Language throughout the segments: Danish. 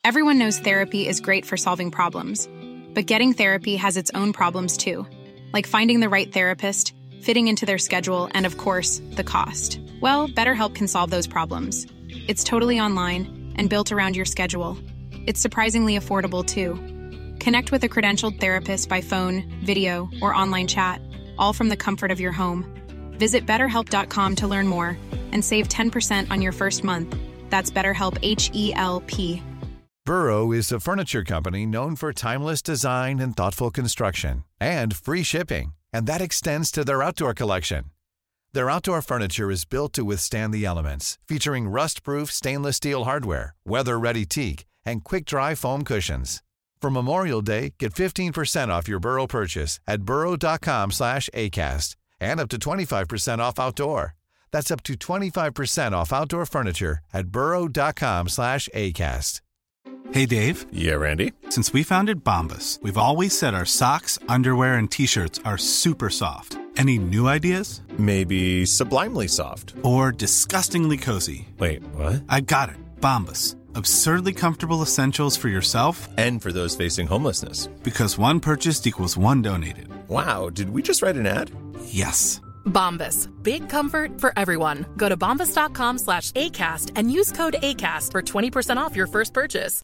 Everyone knows therapy is great for solving problems, but getting therapy has its own problems too, like finding the right therapist, fitting into their schedule, and of course, the cost. Well, BetterHelp can solve those problems. It's totally online and built around your schedule. It's surprisingly affordable too. Connect with a credentialed therapist by phone, video, or online chat, all from the comfort of your home. Visit BetterHelp.com to learn more and save 10% on your first month. That's BetterHelp, H-E-L-P. Burrow is a furniture company known for timeless design and thoughtful construction, and free shipping, and that extends to their outdoor collection. Their outdoor furniture is built to withstand the elements, featuring rust-proof stainless steel hardware, weather-ready teak, and quick-dry foam cushions. For Memorial Day, get 15% off your Burrow purchase at burrow.com/acast, and up to 25% off outdoor. That's up to 25% off outdoor furniture at burrow.com/acast. Hey, Dave. Yeah, Randy. Since we founded Bombas, we've always said our socks, underwear, and T-shirts are super soft. Any new ideas? Maybe sublimely soft. Or disgustingly cozy. Wait, what? I got it. Bombas. Absurdly comfortable essentials for yourself and for those facing homelessness. Because one purchased equals one donated. Wow, did we just write an ad? Yes. Bombas. Big comfort for everyone. Go to bombas.com/ACAST and use code ACAST for 20% off your first purchase.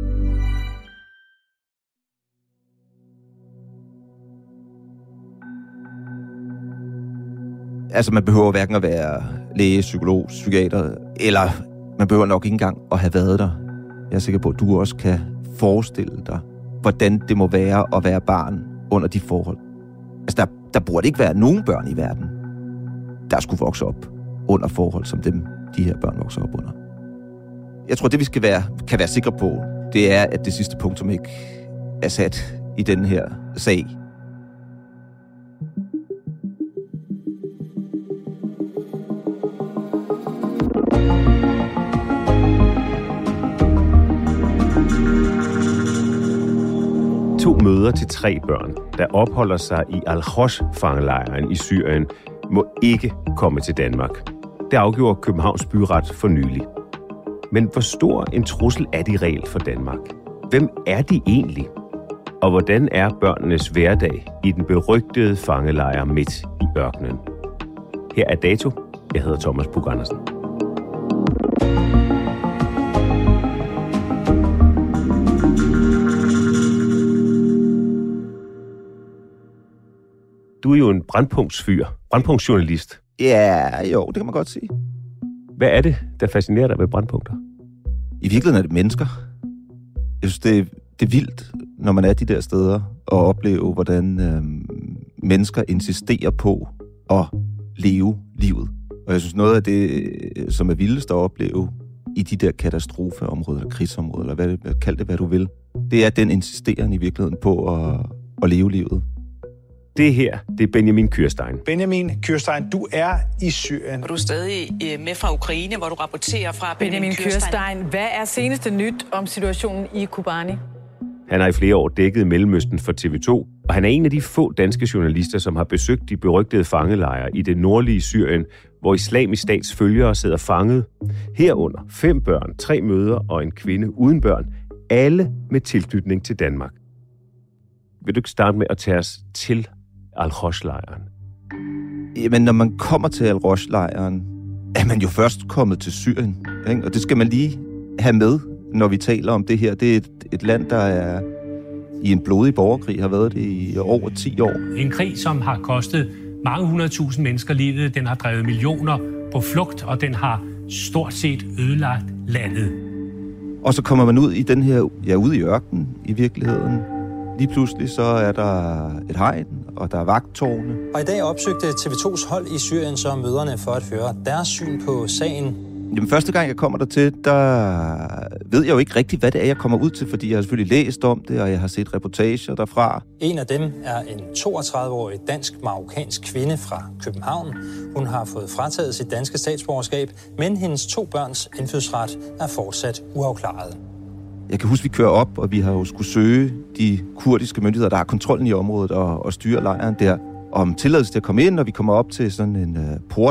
Altså, man behøver hverken at være læge, psykolog, psykiater, eller man behøver nok ikke engang at have været der. Jeg er sikker på, at du også kan forestille dig, hvordan det må være at være barn under de forhold. Altså, der burde ikke være nogen børn i verden, der skulle vokse op under forhold, som dem, de her børn vokser op under. Jeg tror, det vi kan være sikre på, det er, at det sidste punktum ikke er sat i den her sag. To mødre til 3 børn, der opholder sig i Al-Hoj-fangelejren i Syrien, må ikke komme til Danmark. Det afgjorde Københavns byret for nylig. Men hvor stor en trussel er de reelt for Danmark? Hvem er de egentlig? Og hvordan er børnenes hverdag i den berygtede fangelejr midt i ørkenen? Her er Dato. Jeg hedder Thomas Buch-Andersen. Du er jo en brandpunktsjournalist. Ja, jo, det kan man godt sige. Hvad er det, der fascinerer dig ved brandpunkter? I virkeligheden er det mennesker. Jeg synes, det er vildt, når man er de der steder, og opleve, hvordan mennesker insisterer på at leve livet. Og jeg synes, noget af det, som er vildest at opleve i de der katastrofeområder, eller krigsområder, eller kald det, hvad du vil, det er den insisteren i virkeligheden på at leve livet. Det her, det er Benjamin Kürstein. Benjamin Kürstein, du er i Syrien. Og du er stadig med fra Ukraine, hvor du rapporterer fra. Benjamin Kürstein, hvad er seneste nyt om situationen i Kobani? Han har i flere år dækket Mellemøsten for TV2, og han er en af de få danske journalister, som har besøgt de berygtede fangelejre i det nordlige Syrien, hvor Islamisk Stats følgere sidder fanget. Herunder 5 børn, 3 mødre og en kvinde uden børn, alle med tilknytning til Danmark. Vil du ikke starte med at tage os til Al-Hoj-lejren? Jamen, når man kommer til Al-Hoj-lejren, er man jo først kommet til Syrien, ikke? Og det skal man lige have med, når vi taler om det her. Det er et land, der er i en blodig borgerkrig, har været det i over 10 år. En krig, som har kostet mange 100.000 mennesker livet. Den har drevet millioner på flugt, og den har stort set ødelagt landet. Og så kommer man ud i den her, ude i ørkenen i virkeligheden. Lige pludselig så er der et hegn, og der er vagttårne. Og i dag opsøgte TV2's hold i Syrien så møderne for at høre deres syn på sagen. Jamen, første gang jeg kommer dertil, der ved jeg jo ikke rigtigt, hvad det er, jeg kommer ud til, fordi jeg har selvfølgelig læst om det, og jeg har set reportager derfra. En af dem er en 32-årig dansk-marokkansk kvinde fra København. Hun har fået frataget sit danske statsborgerskab, men hendes 2 børns indfødsret er fortsat uafklaret. Jeg kan huske, vi kører op, og vi har jo skulle søge de kurdiske myndigheder, der har kontrollen i området og styrer lejren der, om tilladelse til at komme ind, og vi kommer op til sådan en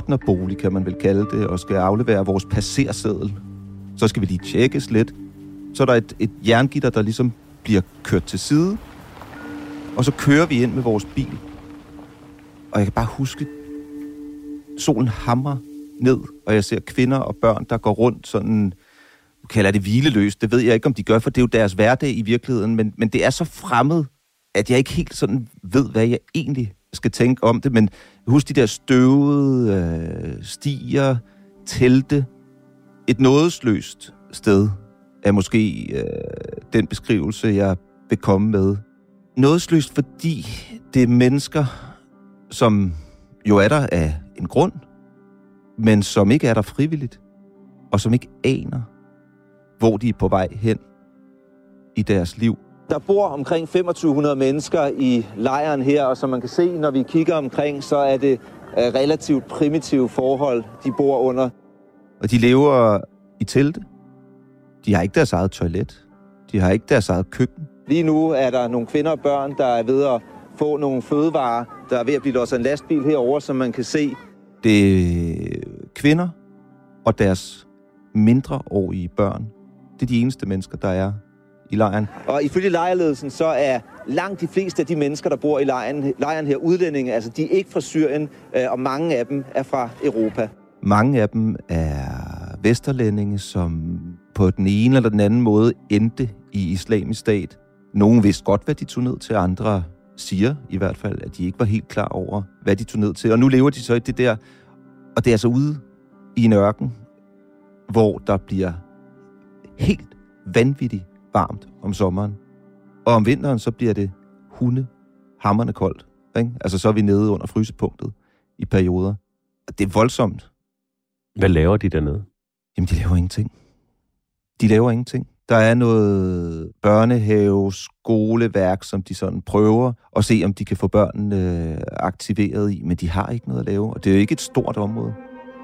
portnerbolig, kan man vel kalde det, og skal aflevere vores passerseddel. Så skal vi lige tjekkes lidt. Så er der et jerngitter, der ligesom bliver kørt til side, og så kører vi ind med vores bil. Og jeg kan bare huske, solen hamrer ned, og jeg ser kvinder og børn, der går rundt sådan, kalder det hvileløst. Det ved jeg ikke, om de gør, for det er jo deres hverdag i virkeligheden, men det er så fremmed, at jeg ikke helt sådan ved, hvad jeg egentlig skal tænke om det. Men husk de der støvede stier, telte, et nådesløst sted er måske den beskrivelse, jeg vil komme med. Nådesløst, fordi det er mennesker, som jo er der af en grund, men som ikke er der frivilligt, og som ikke aner, hvor de er på vej hen i deres liv. Der bor omkring 2500 mennesker i lejren her, og som man kan se, når vi kigger omkring, så er det relativt primitive forhold, de bor under. Og de lever i telte. De har ikke deres eget toilet. De har ikke deres eget køkken. Lige nu er der nogle kvinder og børn, der er ved at få nogle fødevarer, der er ved at blive låst en lastbil herover, som man kan se. Det er kvinder og deres mindreårige børn. Det er de eneste mennesker, der er i lejren. Og ifølge lejrledelsen, så er langt de fleste af de mennesker, der bor i lejren her, udlændinge. Altså, de er ikke fra Syrien, og mange af dem er fra Europa. Mange af dem er vesterlændinge, som på den ene eller den anden måde endte i Islamisk Stat. Nogle vidste godt, hvad de tog ned til, andre siger i hvert fald, at de ikke var helt klar over, hvad de tog ned til. Og nu lever de så i det der, og det er altså ude i en ørken, hvor der bliver helt vanvittigt varmt om sommeren. Og om vinteren, så bliver det hamrende koldt. Ikke? Altså, så er vi nede under frysepunktet i perioder. Og det er voldsomt. Hvad laver de dernede? Jamen, de laver ingenting. De laver ingenting. Der er noget børnehave, skoleværk, som de sådan prøver at se, om de kan få børnene aktiveret i, men de har ikke noget at lave, og det er jo ikke et stort område.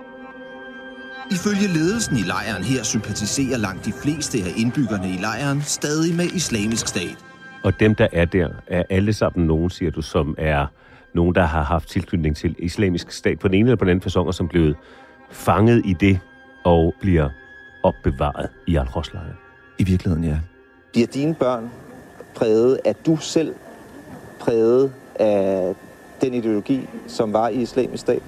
Ifølge ledelsen i lejren her sympatiserer langt de fleste af indbyggerne i lejren stadig med Islamisk Stat. Og dem, der er der, er alle sammen nogen, siger du, som er nogen, der har haft tilknytning til Islamisk Stat på den ene eller på den anden facon, og som blevet fanget i det og bliver opbevaret i Al-Hol-lejren. I virkeligheden, ja. Bliver dine børn præget, at du selv præget af den ideologi, som var i Islamisk Stat?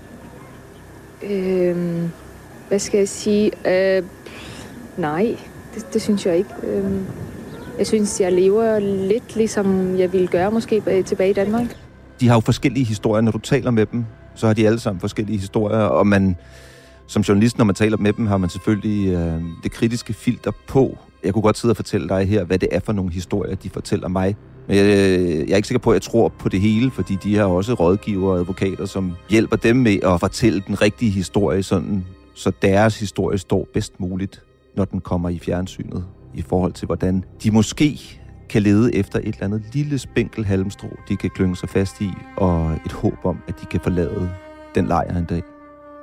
Hvad skal jeg sige? Nej, det synes jeg ikke. Jeg synes, jeg lever lidt ligesom jeg ville gøre måske tilbage i Danmark. De har jo forskellige historier. Når du taler med dem, så har de alle sammen forskellige historier, og man, som journalist, når man taler med dem, har man selvfølgelig det kritiske filter på. Jeg kunne godt sidde og fortælle dig her, hvad det er for nogle historier, de fortæller mig. Men jeg er ikke sikker på, at jeg tror på det hele, fordi de har også rådgivere og advokater, som hjælper dem med at fortælle den rigtige historie, sådan, så deres historie står bedst muligt, når den kommer i fjernsynet, i forhold til, hvordan de måske kan lede efter et eller andet lille spinkel halmstrå, de kan klynge sig fast i, og et håb om, at de kan forlade den lejr en dag.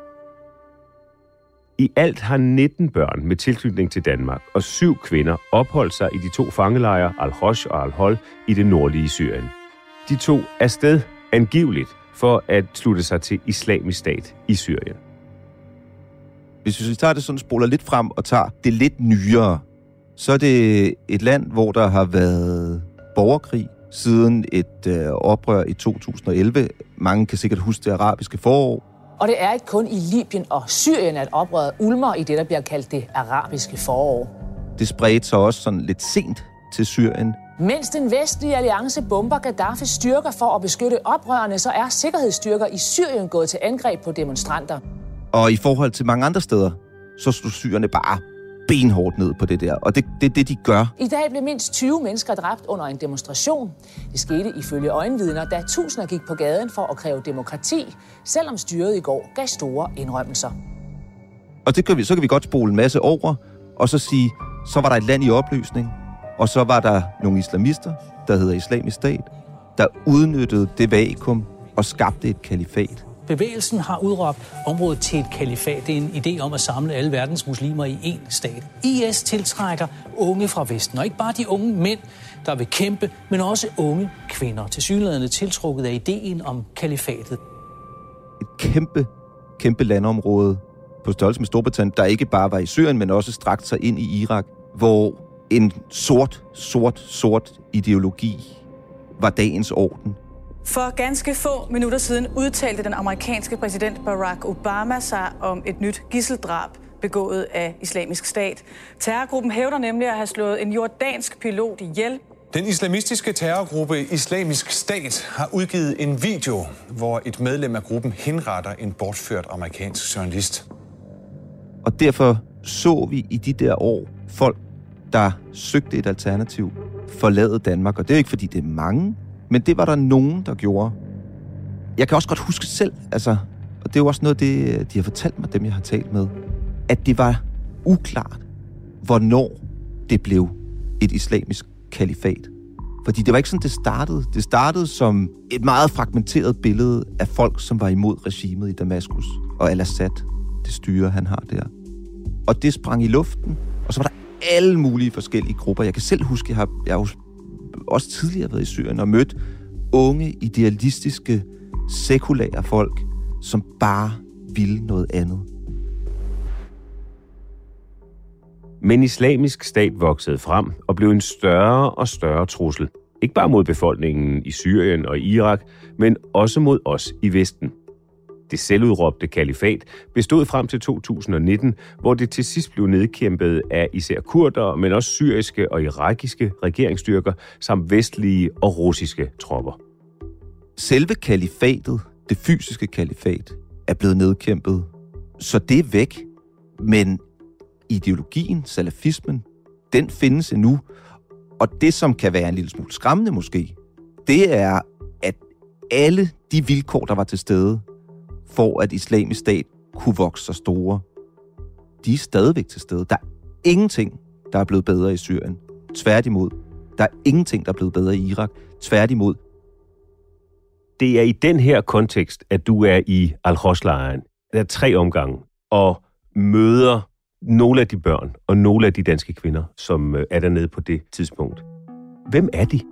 I alt har 19 børn med tilknytning til Danmark og 7 kvinder opholdt sig i de 2 fangelejre, Al-Hol og Al-Hol, i det nordlige Syrien. De tog afsted angiveligt for at slutte sig til Islamisk Stat i Syrien. Hvis vi tager det sådan, spoler lidt frem og tager det lidt nyere, så er det et land, hvor der har været borgerkrig siden et oprør i 2011. Mange kan sikkert huske det arabiske forår. Og det er ikke kun i Libyen og Syrien, at oprøret ulmer i det, der bliver kaldt det arabiske forår. Det spredte sig også sådan lidt sent til Syrien. Mens den vestlige alliance bomber Gaddafis styrker for at beskytte oprørerne, så er sikkerhedsstyrker i Syrien gået til angreb på demonstranter. Og i forhold til mange andre steder, så slog syrerne bare benhårdt ned på det der. Og det er det, de gør. I dag blev mindst 20 mennesker dræbt under en demonstration. Det skete ifølge øjenvidner, da tusinder gik på gaden for at kræve demokrati, selvom styret i går gav store indrømmelser. Og så kan vi godt spole en masse over, og så sige, så var der et land i opløsning, og så var der nogle islamister, der hedder Islamisk Stat, der udnyttede det vakuum og skabte et kalifat. Bevægelsen har udråbt området til et kalifat. Det er en idé om at samle alle verdens muslimer i én stat. IS tiltrækker unge fra Vesten, og ikke bare de unge mænd, der vil kæmpe, men også unge kvinder, tilsyneladende tiltrukket af ideen om kalifatet. Et kæmpe landområde på størrelse med Storbritannien, der ikke bare var i Syrien, men også strakte sig ind i Irak, hvor en sort ideologi var dagens orden. For ganske få minutter siden udtalte den amerikanske præsident Barack Obama sig om et nyt gidseldrab begået af Islamisk Stat. Terrorgruppen hævder nemlig at have slået en jordansk pilot ihjel. Den islamistiske terrorgruppe Islamisk Stat har udgivet en video, hvor et medlem af gruppen henretter en bortført amerikansk journalist. Og derfor så vi i de der år folk, der søgte et alternativ, forlade Danmark. Og det er ikke, fordi det er mange, men det var der nogen, der gjorde. Jeg kan også godt huske selv, og det er jo også noget af det, de har fortalt mig, dem jeg har talt med, at det var uklart, hvornår det blev et islamisk kalifat. Fordi det var ikke sådan, det startede. Det startede som et meget fragmenteret billede af folk, som var imod regimet i Damaskus og al-Assad, det styre, han har der. Og det sprang i luften, og så var der alle mulige forskellige grupper. Jeg kan selv huske, jeg har også tidligere været i Syrien og mødt unge, idealistiske, sekulære folk, som bare ville noget andet. Men Islamisk Stat voksede frem og blev en større og større trussel. Ikke bare mod befolkningen i Syrien og Irak, men også mod os i Vesten. Det selvudråbte kalifat bestod frem til 2019, hvor det til sidst blev nedkæmpet af især kurdere, men også syriske og irakiske regeringsstyrker, samt vestlige og russiske tropper. Selve kalifatet, det fysiske kalifat, er blevet nedkæmpet, så det er væk. Men ideologien, salafismen, den findes endnu. Og det, som kan være en lille smule skræmmende måske, det er, at alle de vilkår, der var til stede, for at Islamisk Stat kunne vokse så store, de er stadigvæk til stede. Der er ingenting, der er blevet bedre i Syrien. Tværtimod. Der er ingenting, der er blevet bedre i Irak. Tværtimod. Det er i den her kontekst, at du er i Al-Hos-lejren. Der er 3 omgange, og møder nogle af de børn og nogle af de danske kvinder, som er dernede på det tidspunkt. Hvem er de?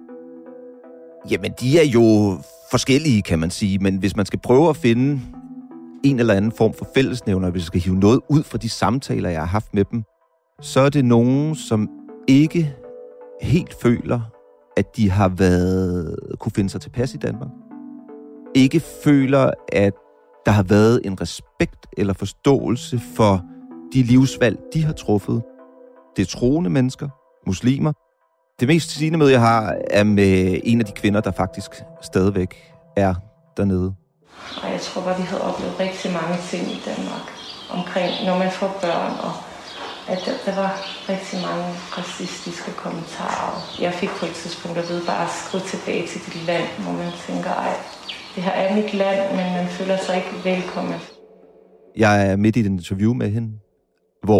Jamen, de er jo forskellige, kan man sige, men hvis man skal prøve at finde en eller anden form for fællesnævner, hvis jeg skal hive noget ud fra de samtaler, jeg har haft med dem, så er det nogen, som ikke helt føler, at de har kunne finde sig tilpas i Danmark. Ikke føler, at der har været en respekt eller forståelse for de livsvalg, de har truffet. Det er troende mennesker, muslimer. Det mest sigende møde, jeg har, er med en af de kvinder, der faktisk stadigvæk er dernede. Og jeg tror bare, vi havde oplevet rigtig mange ting i Danmark omkring, når man får børn, og at der var rigtig mange racistiske kommentarer. Jeg fik på et tidspunkt at vide bare at skrive tilbage til dit land, hvor man tænker, det her er mit land, men man føler sig ikke velkommen. Jeg er midt i et interview med hende, hvor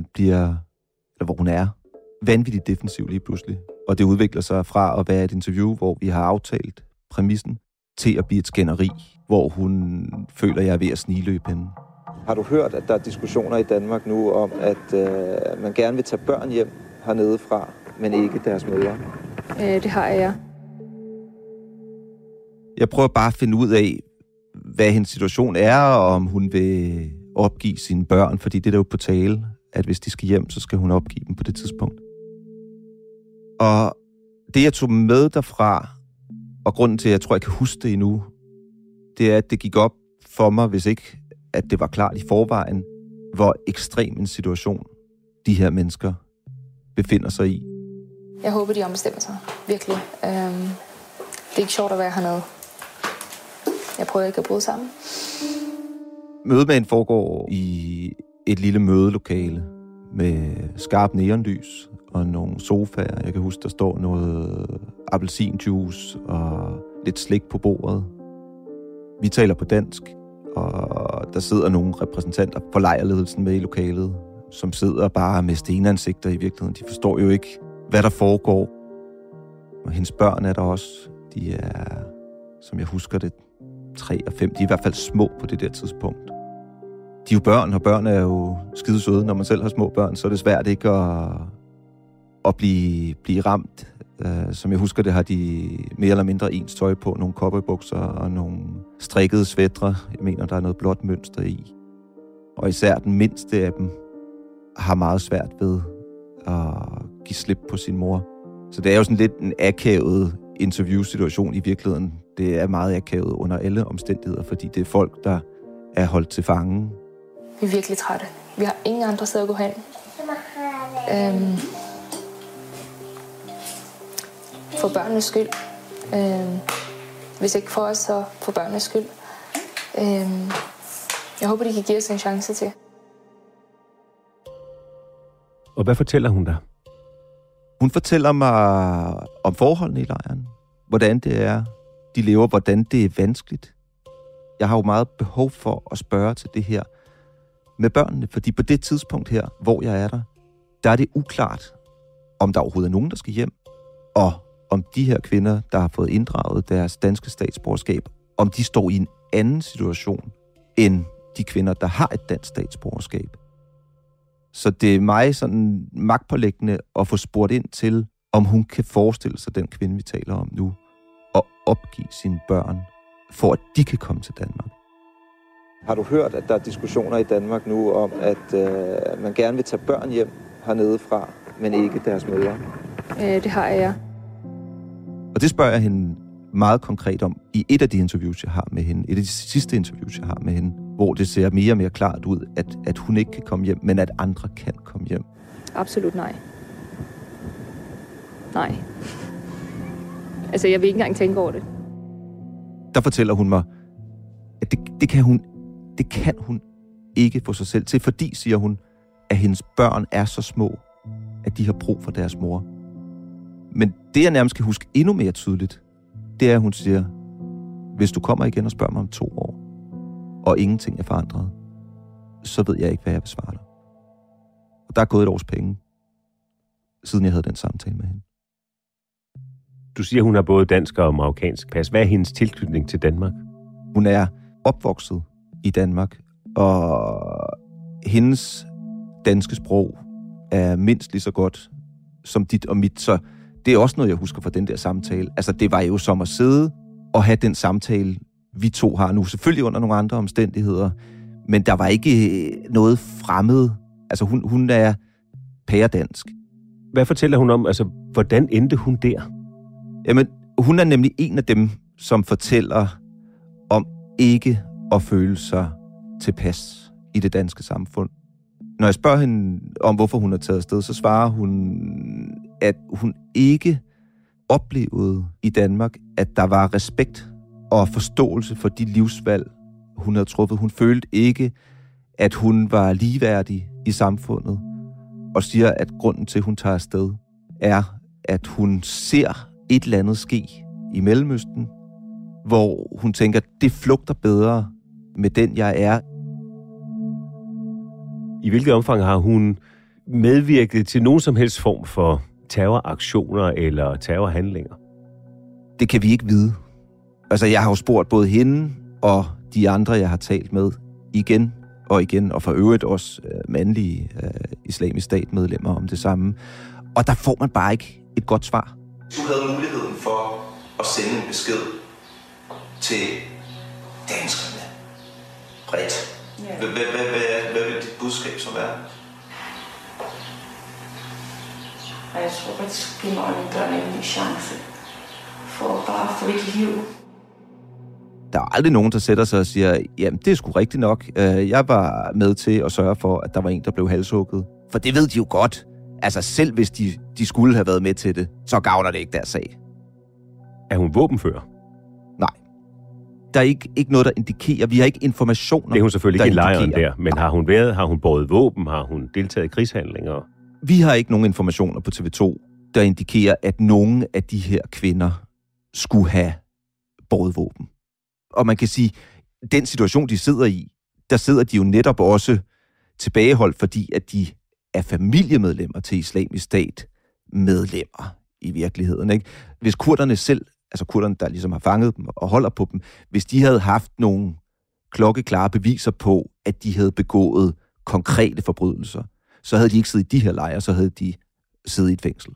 hun er vanvittigt defensiv lige pludselig. Og det udvikler sig fra at være et interview, hvor vi har aftalt præmissen, til at blive et skænderi, hvor hun føler, at jeg er ved at snigløbe hende. Har du hørt, at der er diskussioner i Danmark nu om, at man gerne vil tage børn hjem hernede fra, men ikke deres mødre? Det har jeg. Jeg prøver bare at finde ud af, hvad hendes situation er, og om hun vil opgive sine børn, fordi det er jo på tale, at hvis de skal hjem, så skal hun opgive dem på det tidspunkt. Og det, jeg tog med derfra, og grunden til, at jeg tror, jeg kan huske det endnu, det er, at det gik op for mig, hvis ikke, at det var klart i forvejen, hvor ekstrem en situation de her mennesker befinder sig i. Jeg håber, de ombestemmer sig. Virkelig. Det er ikke sjovt at være hernede. Jeg prøver ikke at bryde sammen. Mødet med hende foregår i et lille mødelokale med skarp neonlys og nogle sofaer. Jeg kan huske, der står noget appelsinjuice og lidt slik på bordet. Vi taler på dansk, og der sidder nogle repræsentanter for lejrledelsen med i lokalet, som sidder bare med stenansigter i virkeligheden. De forstår jo ikke, hvad der foregår. Og hendes børn er der også. De er, som jeg husker det, 3 og 5. De er i hvert fald små på det der tidspunkt. De er jo børn, og børn er jo skidesøde. Når man selv har små børn, så er det svært ikke at blive ramt. Som jeg husker det, har de mere eller mindre ens tøj på. Nogle cowboybukser og nogle strikkede sweatre. Jeg mener, der er noget blåt mønster i. Og især den mindste af dem har meget svært ved at give slip på sin mor. Så det er jo sådan lidt en akavet interviewsituation i virkeligheden. Det er meget akavet under alle omstændigheder, fordi det er folk, der er holdt til fange. Vi er virkelig trætte. Vi har ingen andre steder at gå hen. For børnenes skyld. Hvis ikke for os, så for børnenes skyld. Jeg håber, de kan give os en chance til. Og hvad fortæller hun dig? Hun fortæller mig om forholdene i lejren. Hvordan det er, de lever, hvordan det er vanskeligt. Jeg har jo meget behov for at spørge til det her med børnene, fordi på det tidspunkt her, hvor jeg er der er det uklart, om der overhovedet er nogen, der skal hjem, og om de her kvinder, der har fået inddraget deres danske statsborgerskab, om de står i en anden situation end de kvinder, der har et dansk statsborgerskab. Så det er mig sådan magtpåliggende at få spurgt ind til, om hun kan forestille sig den kvinde, vi taler om nu, og opgive sine børn, for at de kan komme til Danmark. Har du hørt, at der er diskussioner i Danmark nu om, at man gerne vil tage børn hjem hernede fra, men ikke deres mødre? Det har jeg. Og det spørger jeg hende meget konkret om i et af de interviews, jeg har med hende. Et af de sidste interviews, jeg har med hende, hvor det ser mere og mere klart ud, at hun ikke kan komme hjem, men at andre kan komme hjem. Absolut nej. Nej. Altså, jeg vil ikke engang tænke over det. Der fortæller hun mig, at det kan hun ikke få sig selv til, fordi, siger hun, at hendes børn er så små, at de har brug for deres mor. Men det, jeg nærmest kan huske endnu mere tydeligt, det er, at hun siger, hvis du kommer igen og spørger mig om 2 år, og ingenting er forandret, så ved jeg ikke, hvad jeg vil svare dig. Og der er gået 1 års penge, siden jeg havde den samtale med hende. Du siger, hun har både dansk og marokkansk pas. Hvad er hendes tilknytning til Danmark? Hun er opvokset i Danmark, og hendes danske sprog er mindst lige så godt som dit og mit, så det er også noget, jeg husker fra den der samtale. Altså, det var jo som at sidde og have den samtale, vi to har nu. Selvfølgelig under nogle andre omstændigheder, men der var ikke noget fremmed. Altså, hun er pæredansk. Hvad fortæller hun om? Altså, hvordan endte hun der? Jamen, hun er nemlig en af dem, som fortæller om ikke at føle sig tilpas i det danske samfund. Når jeg spørger hende om, hvorfor hun er taget afsted, så svarer hun, at hun ikke oplevede i Danmark, at der var respekt og forståelse for de livsvalg, hun havde truffet. Hun følte ikke, at hun var ligeværdig i samfundet, og siger, at grunden til, at hun tager afsted, er, at hun ser et eller andet ske i Mellemøsten, hvor hun tænker, at det flugter bedre med den, jeg er. I hvilket omfang har hun medvirket til nogen som helst form for terroraktioner eller terrorhandlinger? Det kan vi ikke vide. Altså, jeg har jo spurgt både hende og de andre, jeg har talt med, igen og igen, og for øvrigt også mandlige Islamisk Stat-medlemmer om det samme. Og der får man bare ikke et godt svar. Du havde muligheden for at sende en besked til danskerne bredt. Yeah. Hvad vil dit budskab så være? Jeg tror, at det skulle give mig og mine børn en ny chance for bare at få et liv. Der er aldrig nogen, der sætter sig og siger, jamen det er sgu rigtigt nok. Jeg var med til at sørge for, at der var en, der blev halshugget. For det ved de jo godt. Altså selv hvis de skulle have været med til det, så gavner det ikke deres sag. Er hun våbenfører? Nej. Der er ikke noget, der indikerer. Vi har ikke informationer. Det er hun selvfølgelig ikke i lejren der, men har hun båret våben? Har hun deltaget i krigshandlinger? Vi har ikke nogen informationer på TV2, der indikerer, at nogen af de her kvinder skulle have båret våben. Og man kan sige, den situation, de sidder i, der sidder de jo netop også tilbageholdt, fordi at de er familiemedlemmer til Islamisk Stat medlemmer i virkeligheden. Ikke? Hvis kurderne selv, altså kurderne, der ligesom har fanget dem og holder på dem, hvis de havde haft nogle klokkeklare beviser på, at de havde begået konkrete forbrydelser, så havde de ikke siddet i de her lejre, så havde de siddet i et fængsel.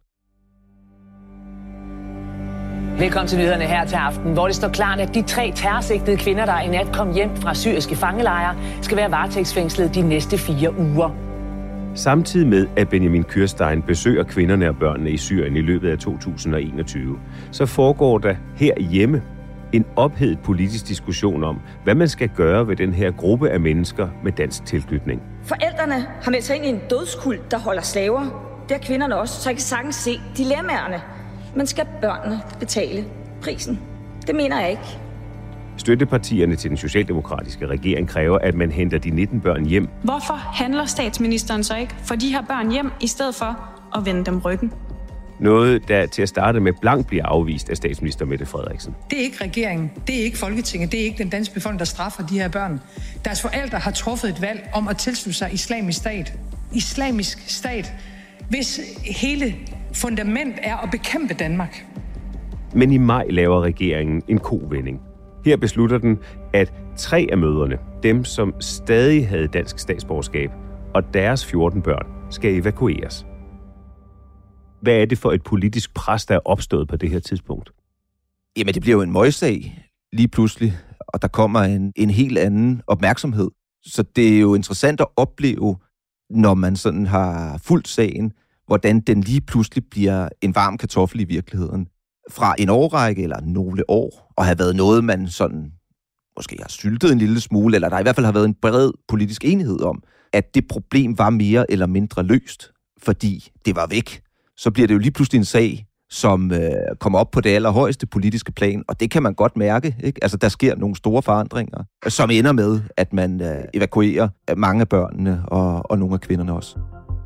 Velkommen til nyhederne her til aften, hvor det står klart, at de 3 terrorsigtede kvinder, der i nat kom hjem fra syriske fangelejre, skal være varetægtsfængslet de næste 4 uger. Samtidig med, at Benjamin Kürstein besøger kvinderne og børnene i Syrien i løbet af 2021, så foregår der herhjemme en ophedet politisk diskussion om, hvad man skal gøre ved den her gruppe af mennesker med dansk tilknytning. Forældrene har meldt sig ind i en dødskult, der holder slaver. Det har kvinderne også, så jeg kan sagtens se dilemmaerne. Men skal børnene betale prisen? Det mener jeg ikke. Støttepartierne til den socialdemokratiske regering kræver, at man henter de 19 børn hjem. Hvorfor handler statsministeren så ikke for de her børn hjem, i stedet for at vende dem ryggen? Noget, der til at starte med blankt bliver afvist af statsminister Mette Frederiksen. Det er ikke regeringen, det er ikke Folketinget, det er ikke den danske befolkning, der straffer de her børn. Deres forældre har truffet et valg om at tilslutte sig islamisk stat. Islamisk stat, hvis hele fundament er at bekæmpe Danmark. Men i maj laver regeringen en kovending. Her beslutter den, at 3 af mødrene, dem som stadig havde dansk statsborgerskab, og deres 14 børn, skal evakueres. Hvad er det for et politisk pres, der er opstået på det her tidspunkt? Jamen, det bliver jo en møgssag lige pludselig, og der kommer en helt anden opmærksomhed. Så det er jo interessant at opleve, når man sådan har fulgt sagen, hvordan den lige pludselig bliver en varm kartoffel i virkeligheden. Fra en årrække eller nogle år, og have været noget, man sådan måske har syltet en lille smule, eller der i hvert fald har været en bred politisk enighed om, at det problem var mere eller mindre løst, fordi det var væk. Så bliver det jo lige pludselig en sag, som kommer op på det allerhøjeste politiske plan, og det kan man godt mærke, ikke? Altså, der sker nogle store forandringer, som ender med, at man evakuerer mange af børnene og nogle af kvinderne også.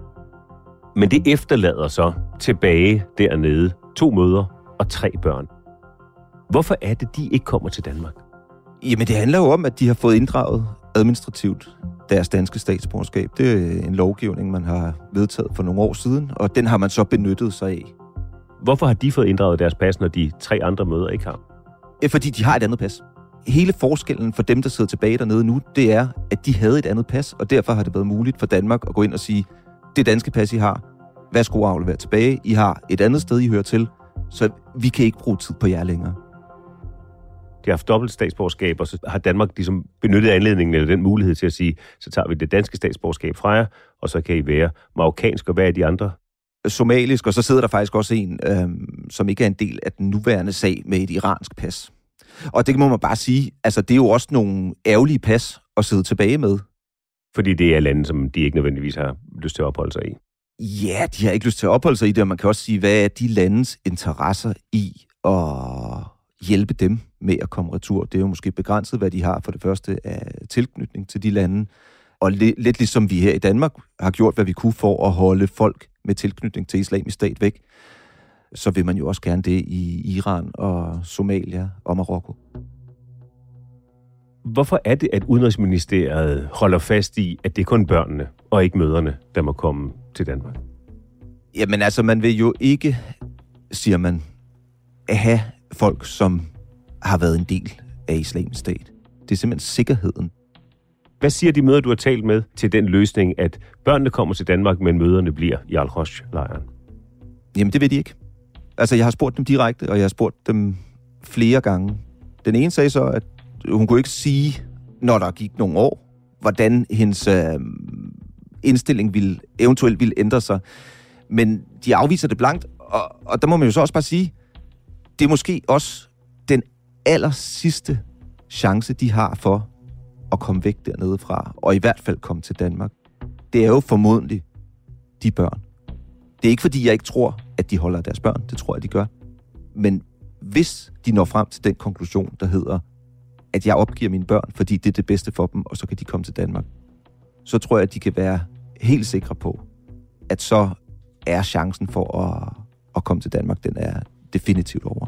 Men det efterlader så tilbage dernede 2 mødre og 3 børn. Hvorfor er det, de ikke kommer til Danmark? Jamen, det handler jo om, at de har fået inddraget administrativt deres danske statsborgerskab. Det er en lovgivning, man har vedtaget for nogle år siden, og den har man så benyttet sig af. Hvorfor har de fået inddraget deres pas, når de 3 andre mødre ikke har? Fordi de har et andet pas. Hele forskellen for dem, der sidder tilbage dernede nu, det er, at de havde et andet pas, og derfor har det været muligt for Danmark at gå ind og sige, det danske pas, I har, værsgo at aflevere tilbage. I har et andet sted, I hører til, så vi kan ikke bruge tid på jer længere. De har haft dobbelt statsborgerskab, og så har Danmark ligesom benyttet anledningen eller den mulighed til at sige, så tager vi det danske statsborgerskab fra jer, og så kan I være marokkansk, og hvad er de andre? Somalisk, og så sidder der faktisk også en, som ikke er en del af den nuværende sag med et iransk pas. Og det må man bare sige, altså det er jo også nogle ærgerlige pas at sidde tilbage med. Fordi det er lande, som de ikke nødvendigvis har lyst til at opholde sig i. Ja, de har ikke lyst til at opholde sig i det, og man kan også sige, hvad er de landes interesser i at hjælpe dem med at komme retur. Det er jo måske begrænset, hvad de har for det første af tilknytning til de lande. Og lidt ligesom vi her i Danmark har gjort, hvad vi kunne for at holde folk med tilknytning til Islamisk Stat væk, så vil man jo også gerne det i Iran og Somalia og Marokko. Hvorfor er det, at Udenrigsministeriet holder fast i, at det er kun børnene og ikke mødrene, der må komme til Danmark? Jamen altså, man vil jo ikke, siger man, have folk, som har været en del af Islamisk Stat. Det er simpelthen sikkerheden. Hvad siger de mødre, du har talt med, til den løsning, at børnene kommer til Danmark, men mødrene bliver i Al-Hoj-lejren? Jamen, det ved de ikke. Altså, jeg har spurgt dem direkte, og jeg har spurgt dem flere gange. Den ene sagde så, at hun kunne ikke sige, når der gik nogle år, hvordan hendes indstilling eventuelt ville ændre sig. Men de afviser det blankt, og der må man jo så også bare sige, det er måske også den aller sidste chance, de har for at komme væk dernede fra, og i hvert fald komme til Danmark. Det er jo formodentlig de børn. Det er ikke, fordi jeg ikke tror, at de holder deres børn. Det tror jeg, de gør. Men hvis de når frem til den konklusion, der hedder, at jeg opgiver mine børn, fordi det er det bedste for dem, og så kan de komme til Danmark, så tror jeg, at de kan være helt sikre på, at så er chancen for at komme til Danmark, den er definitivt over.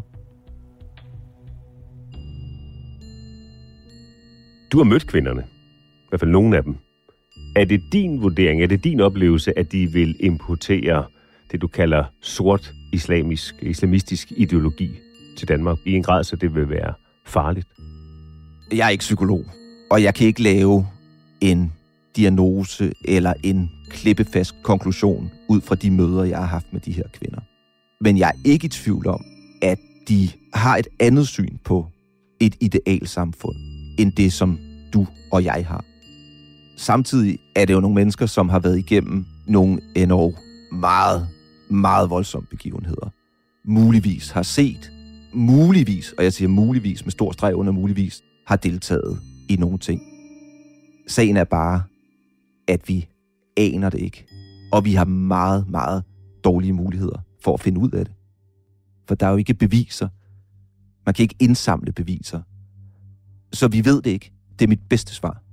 Du har mødt kvinderne, i hvert fald nogle af dem. Er det din vurdering, er det din oplevelse, at de vil importere det, du kalder sort islamistisk ideologi til Danmark i en grad, så det vil være farligt? Jeg er ikke psykolog, og jeg kan ikke lave en diagnose eller en klippefast konklusion ud fra de møder, jeg har haft med de her kvinder. Men jeg er ikke i tvivl om, at de har et andet syn på et idealsamfund, end det, som du og jeg har. Samtidig er det jo nogle mennesker, som har været igennem nogle endnu meget, meget voldsomme begivenheder, muligvis har set, muligvis, og jeg siger muligvis med stor streg under muligvis, har deltaget i nogle ting. Sagen er bare, at vi aner det ikke. Og vi har meget, meget dårlige muligheder for at finde ud af det. For der er jo ikke beviser. Man kan ikke indsamle beviser. Så vi ved det ikke. Det er mit bedste svar.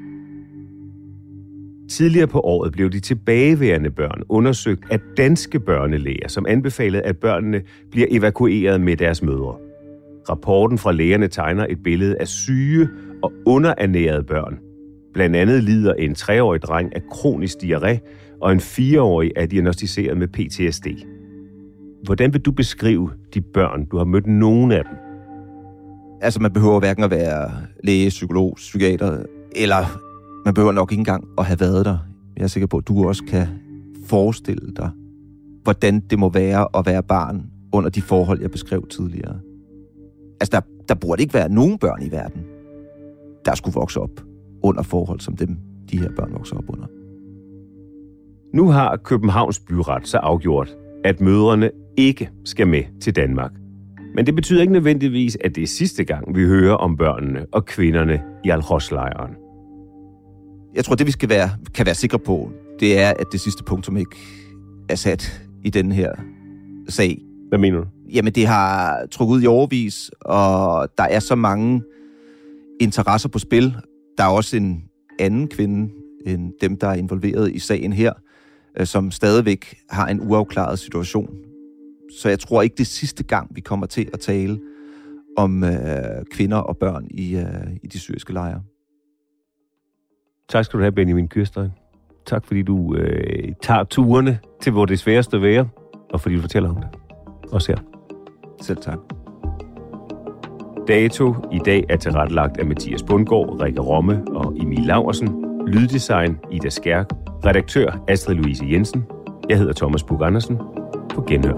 Tidligere på året blev de tilbageværende børn undersøgt af danske børnelæger, som anbefalede, at børnene bliver evakueret med deres mødre. Rapporten fra lægerne tegner et billede af syge og underernærede børn. Blandt andet lider en 3-årig dreng af kronisk diarré, og en 4-årig er diagnosticeret med PTSD. Hvordan vil du beskrive de børn? Du har mødt nogen af dem. Altså, man behøver hverken at være læge, psykolog, psykiater, eller man behøver nok ikke engang at have været der. Jeg er sikker på, at du også kan forestille dig, hvordan det må være at være barn under de forhold, jeg beskrev tidligere. Altså, der burde ikke være nogen børn i verden, der skulle vokse op under forhold som dem, de her børn vokser op under. Nu har Københavns byret så afgjort, at mødrene ikke skal med til Danmark. Men det betyder ikke nødvendigvis, at det er sidste gang, vi hører om børnene og kvinderne i Al-Hol-lejren. Jeg tror, det vi kan være sikre på, det er, at det sidste punktum ikke er sat i den her sag. Hvad mener du? Jamen, det har trukket ud i årevis, og der er så mange interesser på spil. Der er også en anden kvinde end dem, der er involveret i sagen her, som stadigvæk har en uafklaret situation. Så jeg tror ikke, det er sidste gang, vi kommer til at tale om kvinder og børn i de syriske lejre. Tak skal du have, Benjamin Kjærstein. Tak fordi du tager turene til, hvor det er sværest at være, og fordi du fortæller om det. Også her. Selv tak. Dato i dag er tilrettelagt af Mathias Bundgaard, Rikke Romme og Emil Laursen. Lyddesign Ida Skærk. Redaktør Astrid Louise Jensen. Jeg hedder Thomas Buch Andersen. På genhør.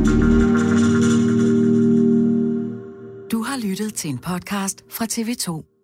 Du har lyttet til en podcast fra TV2.